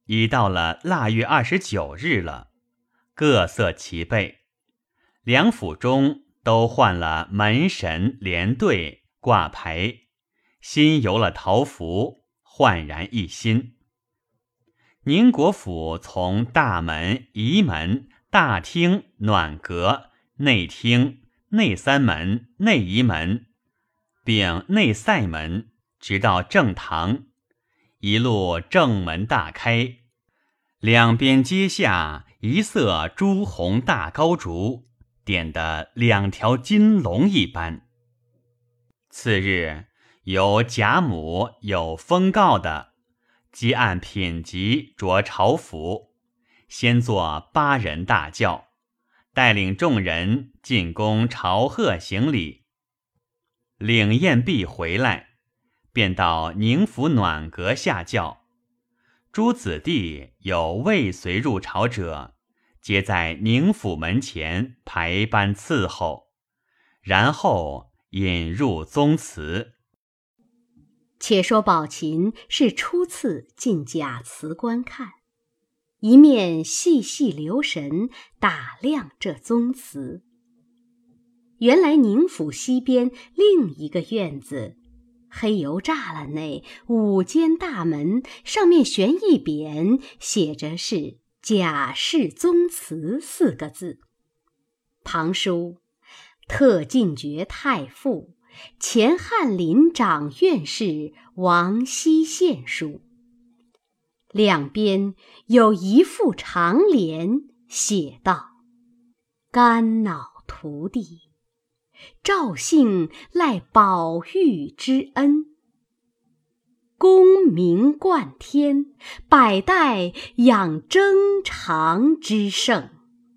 已到了腊月29日了，各色齐备，两府中都换了门神连队挂牌，新游了桃符，焕然一新。宁国府从大门、仪门、大厅、暖阁、内厅、内三门、内仪门并内塞门，直到正堂，一路正门大开，两边阶下一色朱红大高烛，点得2条金龙一般。次日有贾母有封告的，即按品级着朝服，先作8人大轿，带领众人进宫朝贺行礼。领宴毕回来，便到宁府暖阁下轿。诸子弟有未随入朝者，皆在宁府门前排班伺候，然后引入宗祠。 且说宝琴是初次进贾祠观看，一面细细留神打量这宗祠。原来宁府西边另一个院子，黑油栅栏内5间大门，上面悬一匾，写着是贾氏宗祠4个字，旁书特进爵太傅，前翰林长院士王熙献书。两边有一副长联，写道：肝脑涂地，赵姓赖宝玉之恩，功名冠天，百代养征长之盛。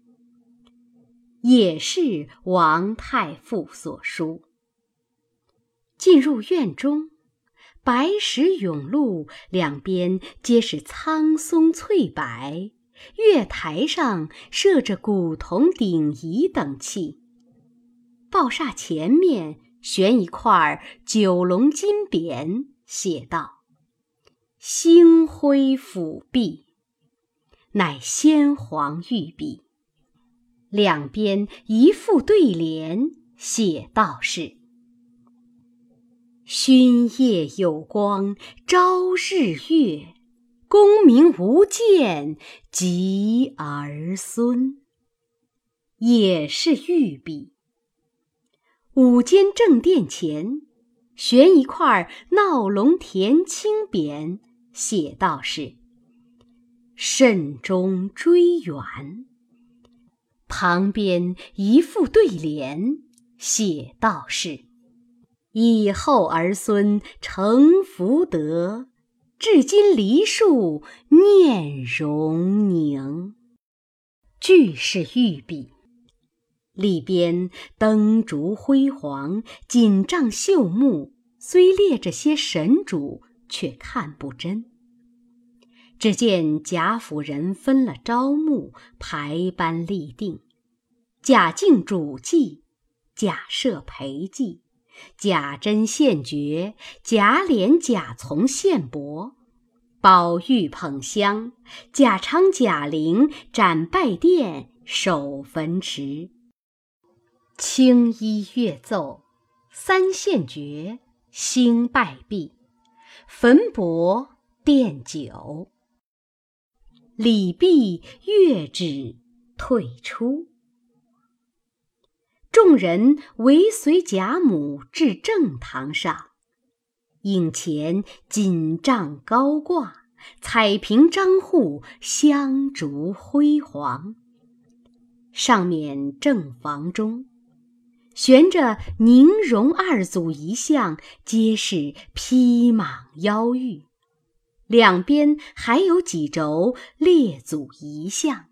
也是王太傅所书。进入院中，白石甬路两边皆是苍松翠柏，月台上设着古铜鼎仪等器，报厦前面悬一块9龙金匾，写道：星辉辅弼，乃先皇御笔。两边一副对联，写道是：勋夜有光朝日月，功名无间及儿孙。也是御笔。5间正殿前悬一块闹龙田青匾，写道是：慎终追远。旁边一副对联，写道是：以后儿孙成福德，至今梨树念荣宁。俱是御笔，里边灯烛辉煌，锦帐绣幕，虽列着些神主，却看不真。只见贾府人分了招目，排班立定，贾敬主祭，贾赦陪祭，贾珍献爵，贾琏贾从献帛，宝玉捧香，贾昌贾玲展拜殿，守坟池。青衣乐奏，3献爵，兴拜毕，焚帛奠酒。礼毕，乐止，退出。众人围随贾母至正堂上，影前锦帐高挂，彩屏张户，香烛辉煌。上面正房中悬着宁荣2祖遗像，皆是披蟒腰玉，两边还有几轴列祖遗像。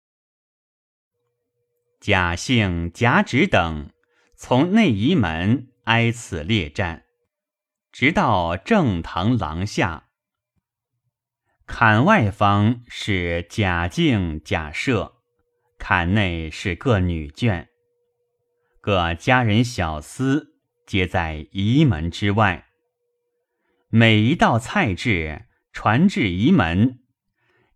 贾姓、贾芷等从内仪门挨次列站，直到正堂廊下。坎外方是贾敬、贾赦，坎内是各女眷，各家人小厮皆在仪门之外。每一道菜至传至仪门，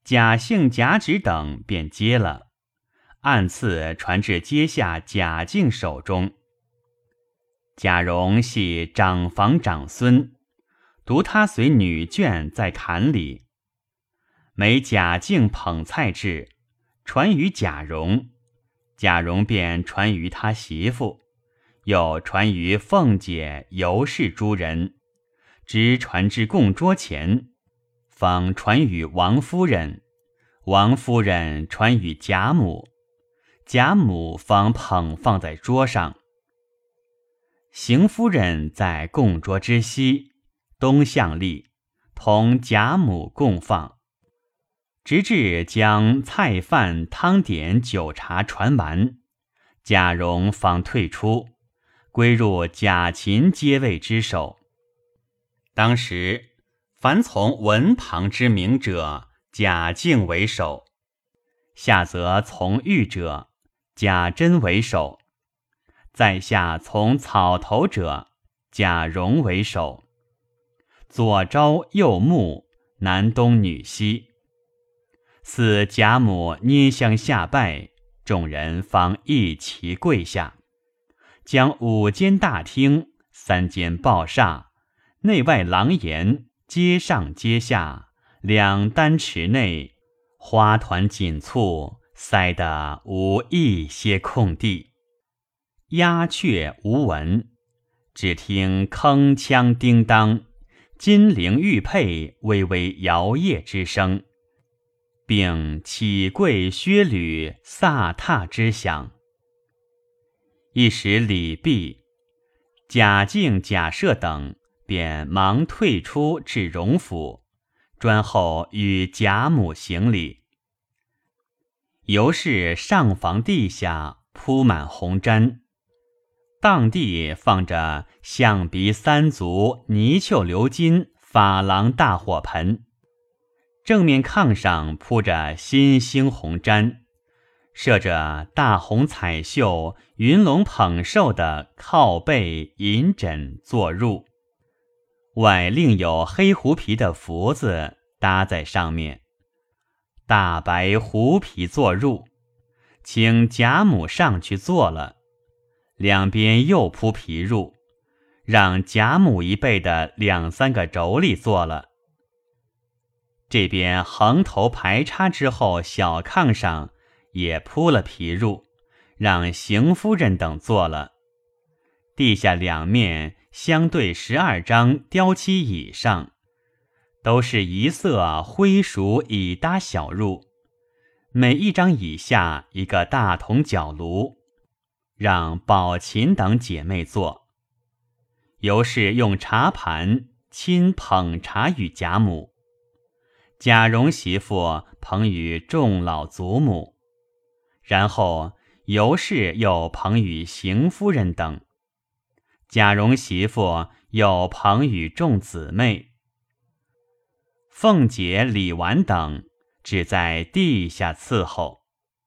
贾姓、贾芷等便接了，按次传至阶下贾敬手中。贾蓉系长房长孙，独他随女眷在坎里。每贾敬捧菜至，传于贾蓉，贾蓉便传于他媳妇，又传于凤姐、尤氏诸人，直传至供桌前，方传与王夫人，王夫人传与贾母，贾母方捧放在桌上。邢夫人在供桌之西，东向立，同贾母共放，直至将菜饭汤点酒茶传完，贾蓉方退出，归入贾芹阶位之首。当时凡从文旁之名者，贾敬为首，下则从御者，贾珍为首，在下从草头者，贾蓉为首，左招右目，南东女西。似贾母捏香下拜，众人方一齐跪下，将5间大厅、3间抱厦、内外廊檐、阶上阶下、2单池内，花团锦簇，塞得无一些空地。鸦雀无闻，只听铿锵叮当，金铃玉佩微微摇曳之声，并起跪靴履飒沓之响。一时礼毕，贾敬、贾赦等便忙退出至荣府，专候与贾母行礼。尤氏上房地下铺满红毡，当地放着象鼻3足泥鳅鎏金珐琅大火盆，正面炕上铺着新兴红毡，设着大红彩绣云龙捧寿的靠背银枕坐褥，外另有黑狐皮的福子搭在上面，大白狐皮坐褥，请贾母上去坐了，两边又铺皮褥，让贾母一辈的2、3个妯娌坐了。这边横头排插之后小炕上也铺了皮褥，让邢夫人等坐了。地下2面相对12张雕漆椅上，都是一色灰熟已搭小褥，每一张椅下一个大铜角炉，让宝琴等姐妹坐。尤氏用茶盘亲捧茶与贾母，贾蓉媳妇捧与众老祖母，然后尤氏又捧与邢夫人等，贾蓉媳妇又捧与众姊妹。凤姐、李纨等只在地下伺候。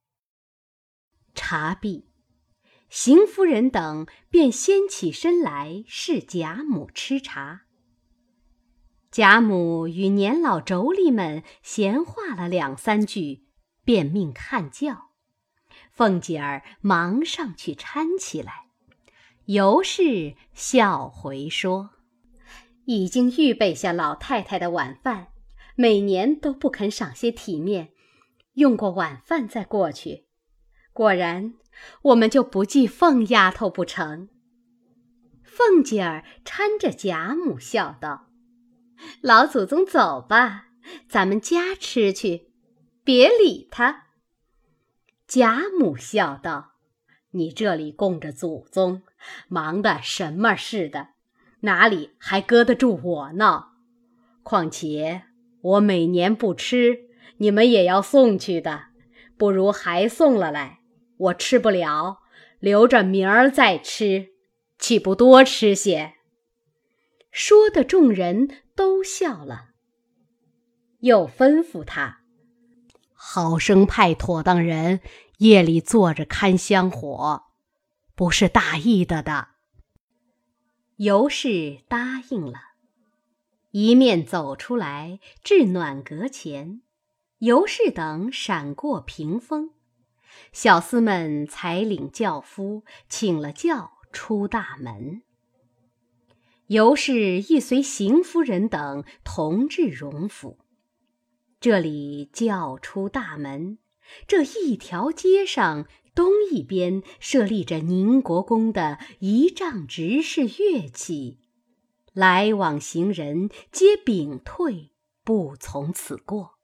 茶毕，邢夫人等便先起身来侍贾母吃茶。贾母与年老妯娌们闲话了2、3句，便命看轿。凤姐儿忙上去搀起来。尤氏笑回说：“已经预备下老太太的晚饭，每年都不肯赏些体面，用过晚饭再过去。果然，我们就不记凤丫头不成？”凤姐儿搀着贾母笑道：“老祖宗走吧，咱们家吃去，别理他。”贾母笑道：“你这里供着祖宗，忙得什么似的，哪里还搁得住我闹？况且我每年不吃，你们也要送去的，不如还送了来，我吃不了，留着明儿再吃，岂不多吃些？”说的众人都笑了。又吩咐他好生派妥当人夜里坐着看香火，不是大意的。尤氏答应了，一面走出来至暖阁前， 尤氏等闪过屏风，小厮们才领轿夫，请了轿出大门。尤氏亦随邢夫人等同至荣府。这里轿出大门，这一条街上东一边设立着宁国公的仪仗执事乐器，来往行人皆屏退，不从此过。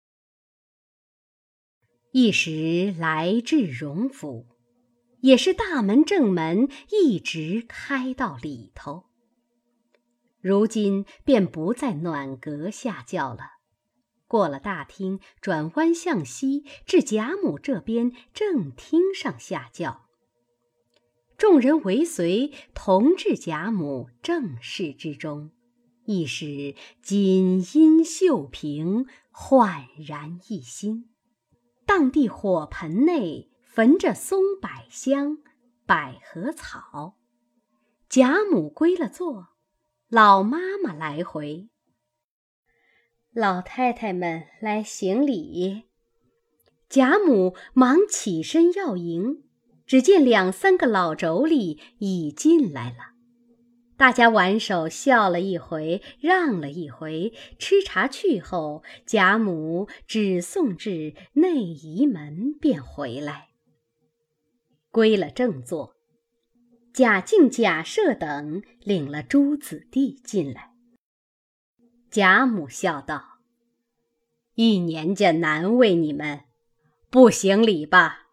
一时来至荣府，也是大门正门一直开到里头。如今便不在暖阁下轿了，过了大厅，转弯向西，至贾母这边正厅上下轿。众人围随，同至贾母正室之中，亦是锦衣绣屏，焕然一新。当地火盆内焚着松柏香、百合草。贾母归了座，老妈妈来回。老太太们来行礼。贾母忙起身要迎，只见2、3个老妯娌已进来了。大家挽手笑了一回，让了一回，吃茶去后，贾母只送至内仪门便回来。归了正座，贾敬、贾赦等领了诸子弟进来。贾母笑道：“一年家难为你们，不行礼吧。”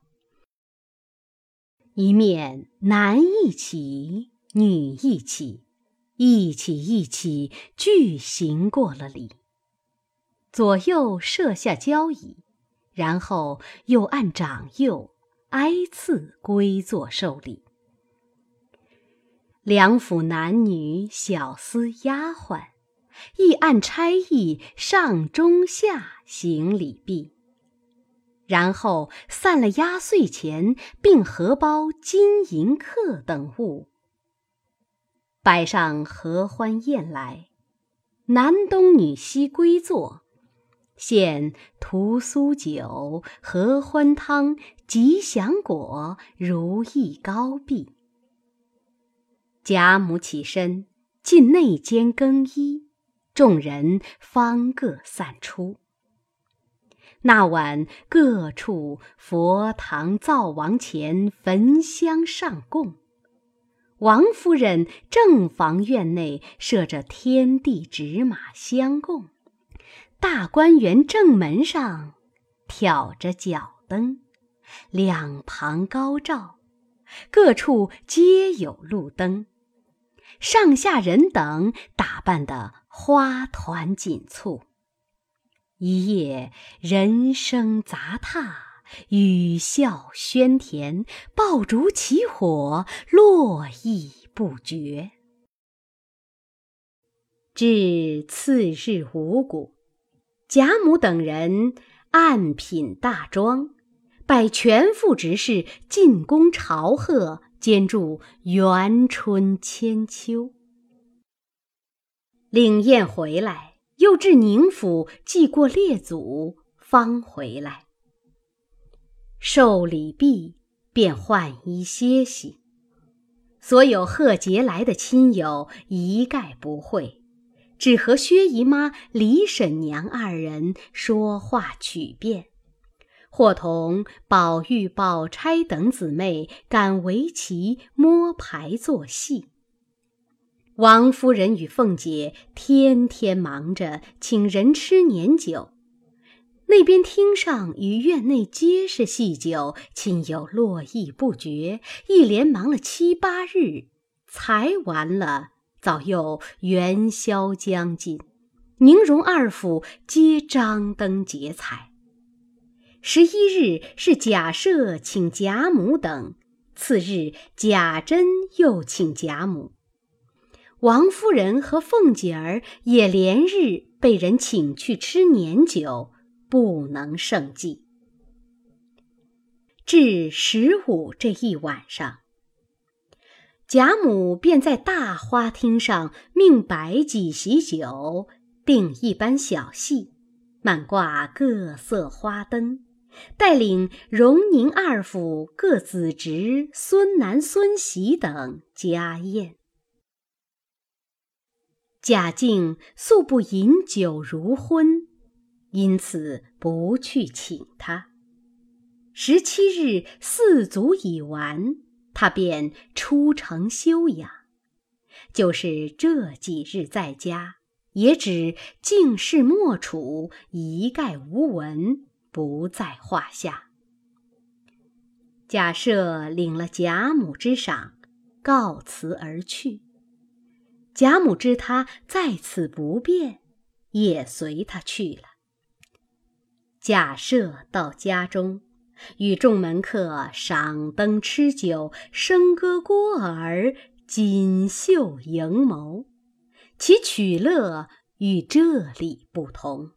一面男一起，女一起，一起俱行过了礼。左右设下交椅，然后又按长幼挨次归座受礼。两府男女小厮丫鬟亦按差役上中下行礼毕，然后散了压岁钱，并荷包、金银客等物，摆上合欢宴来，男东女西归坐，献屠苏酒、合欢汤、吉祥果、如意糕毕。贾母起身进内间更衣，众人方各散出。那晚各处佛堂灶王前焚香上供，王夫人正房院内设着天地纸马相供，大观园正门上挑着角灯，两旁高照，各处皆有路灯，上下人等打扮得花团锦簇。一夜人声杂沓，语笑喧甜，爆竹起火，络绎不绝。至次日五鼓，贾母等人按品大庄，摆全副执事进宫朝贺，兼祝元春千秋。领宴回来，又至宁府祭过列祖，方回来。受礼毕，便换衣歇息。所有贺节来的亲友一概不会，只和薛姨妈、李婶娘二人说话曲辩，或同宝玉、宝钗等姊妹赶围棋、摸牌作戏。王夫人与凤姐天天忙着请人吃年酒，那边厅上与院内皆是戏酒，亲友络绎不绝，一连忙了7、8日，才完了，早又元宵将近，宁荣二府皆张灯结彩。11日是贾赦请贾母等，次日贾珍又请贾母。王夫人和凤姐儿也连日被人请去吃年酒，不能胜计。至15这一晚上，贾母便在大花厅上命摆几席酒，定一班小戏， 满挂各色花灯，带领荣宁二府各子侄、孙男孙媳等家宴。贾敬素不饮酒如昏，因此不去请他。17日4足已完，他便出城休养。就是这几日在家，也只静室默处，一概无闻，不在话下。贾赦领了贾母之赏，告辞而去。贾母知他在此不便，也随他去了。贾赦到家中，与众门客赏灯吃酒，笙歌聒耳，锦绣盈眸，其取乐与这里不同。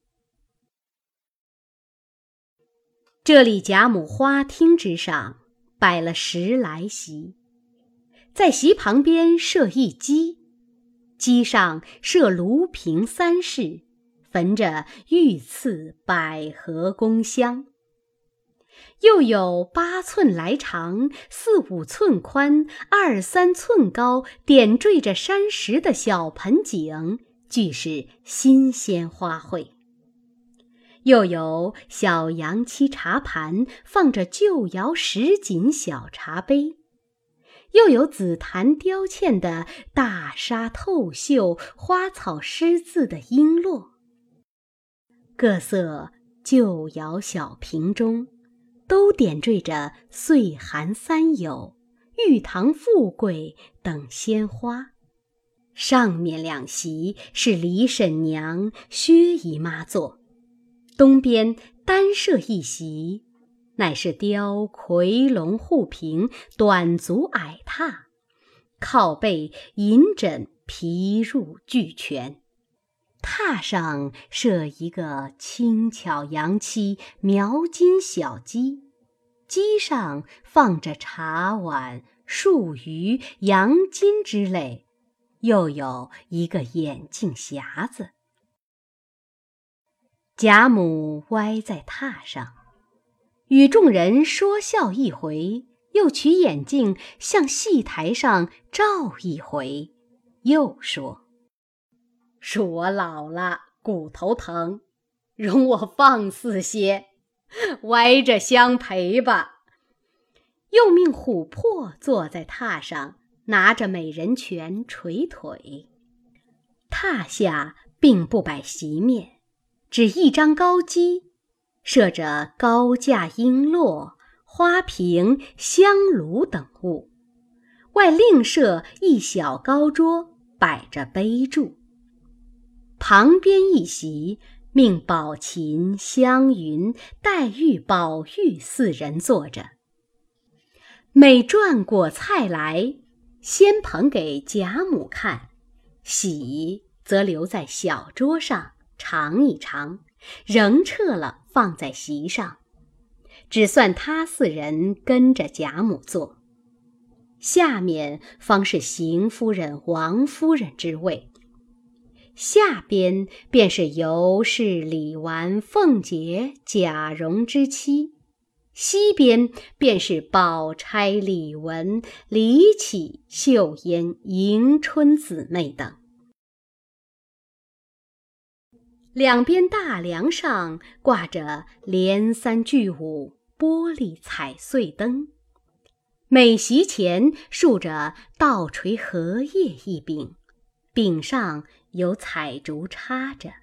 这里贾母花厅之上摆了10来席，在席旁边设一机，机上设炉瓶3室，焚着御赐百合宫香。又有8寸来长、4、5寸宽、2、3寸高，点缀着山石的小盆景，俱是新鲜花卉。又有小洋漆茶盘，放着旧窑什锦小茶杯。又有紫檀雕嵌的大纱透绣、花草诗字的璎珞。各色旧窑小瓶中都点缀着岁寒三友、玉堂富贵等鲜花。上面2席是李婶娘、薛姨妈坐，东边单设一席，乃是雕夔龙护屏、短足矮榻，靠背银枕皮褥俱全。榻上设一个轻巧洋漆描金小机，机上放着茶碗、漱盂、洋巾之类，又有一个眼镜匣子。贾母歪在榻上，与众人说笑一回，又取眼镜向戏台上照一回，又说：恕我老了，骨头疼，容我放肆些，歪着相陪吧。又命琥珀坐在榻上，拿着美人拳捶腿。榻下并不摆席面，只一张高机，设着高架璎珞、花瓶、香炉等物，外另设一小高桌，摆着杯箸。旁边一席，命宝琴、湘云、黛玉、宝玉4人坐着。每转过菜来，先捧给贾母看，喜则留在小桌上尝一尝，仍撤了放在席上，只算他4人跟着贾母坐。下面方是邢夫人、王夫人之位，下边便是尤氏、李纨、凤姐、贾蓉之妻，西边便是宝钗、李文、李绮、秀烟、迎春姊妹等。两边大梁上挂着连3聚5玻璃彩穗灯，每席前竖着倒垂荷叶一柄，柄上有彩烛插着。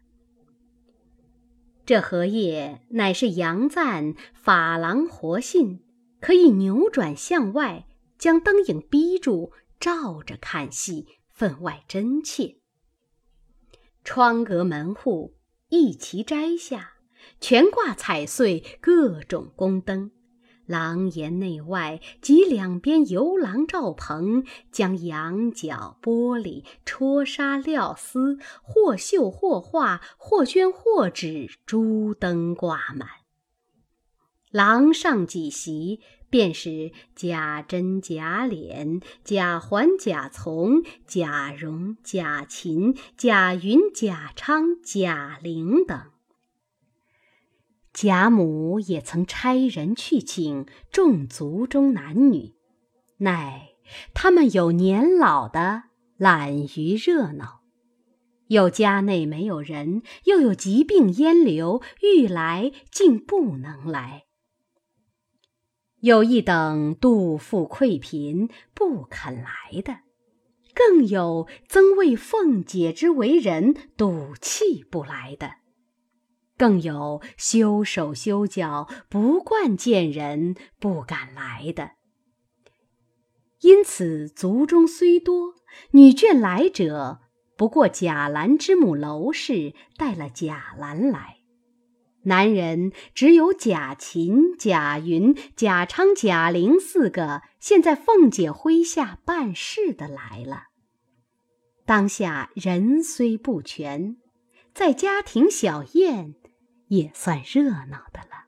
这荷叶乃是杨赞珐琅活信，可以扭转向外，将灯影逼住，照着看戏，分外真切。窗格门户一齐摘下，全挂彩穗各种宫灯，廊檐内外及两边游廊罩棚，将羊角、玻璃、戳纱、料丝，或绣或画，或绢或纸，诸灯挂满。廊上几席便是贾珍、贾琏、贾环、贾从、贾蓉、贾芹、贾云、贾昌、贾玲等， 贾母也曾差人去请众族中男女，奈他们有年老的懒于热闹，有家内没有人，又有疾病烟流，欲来竟不能来。有一等肚腹溃贫不肯来的，更有曾为凤姐之为人赌气不来的，更有修手修脚不惯见人不敢来的。因此族中虽多，女眷来者不过贾兰之母娄氏带了贾兰来，男人只有贾芹、贾云、贾昌、贾玲四个现在凤姐麾下办事的来了。当下人虽不全，在家庭小宴也算热闹的了。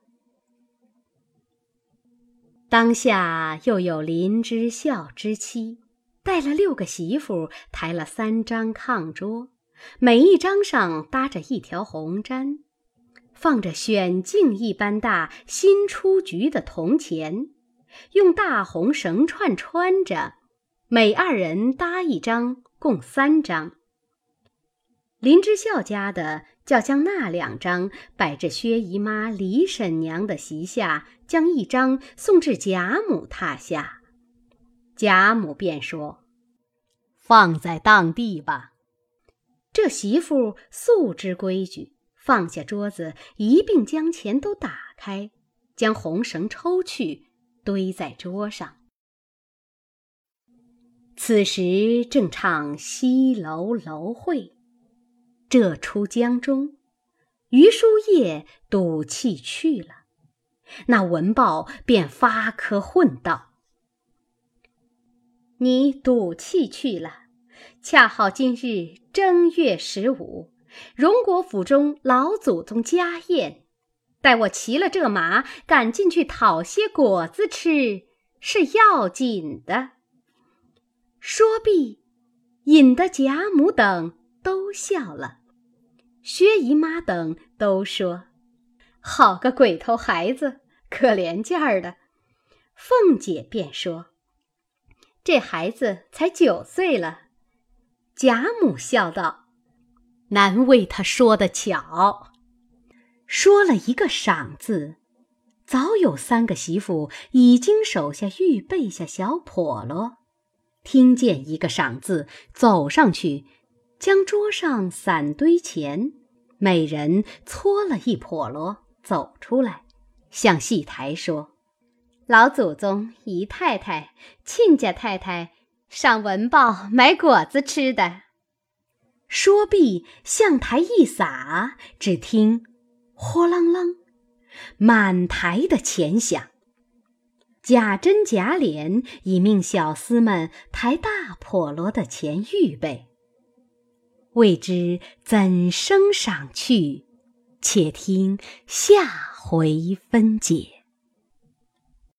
当下又有林之孝之妻带了6个媳妇，抬了3张炕桌，每一张上搭着一条红毡，放着选镜一般大新出局的铜钱，用大红绳串穿着，每2人搭一张，共3张。林之孝家的叫将那2张摆至薛姨妈、李婶娘的席下，将1张送至贾母榻下。贾母便说：放在当地吧。这媳妇素知规矩，放下桌子，一并将钱都打开，将红绳抽去，堆在桌上。此时正唱西楼楼会，这出江中，余叔夜赌气去了，那文豹便发科混道：你赌气去了，恰好今日正月15，荣国府中老祖宗家宴，待我骑了这马赶进去讨些果子吃，是要紧的。说毕，引得贾母等都笑了，薛姨妈等都说：好个鬼头孩子，可怜劲儿的。凤姐便说：这孩子才9岁了。贾母笑道：难为他说得巧。说了一个赏字，早有3个媳妇已经手下预备下小笸箩，听见一个赏字，走上去，将桌上散堆钱，每人搓了一笸箩，走出来，向戏台说：老祖宗、姨太太、亲家太太上文报买果子吃的。说毕，向台一撒，只听豁啷啷，满台的钱响。贾珍、贾琏已命小厮们抬大笸箩的钱预备，未知怎生赏去，且听下回分解。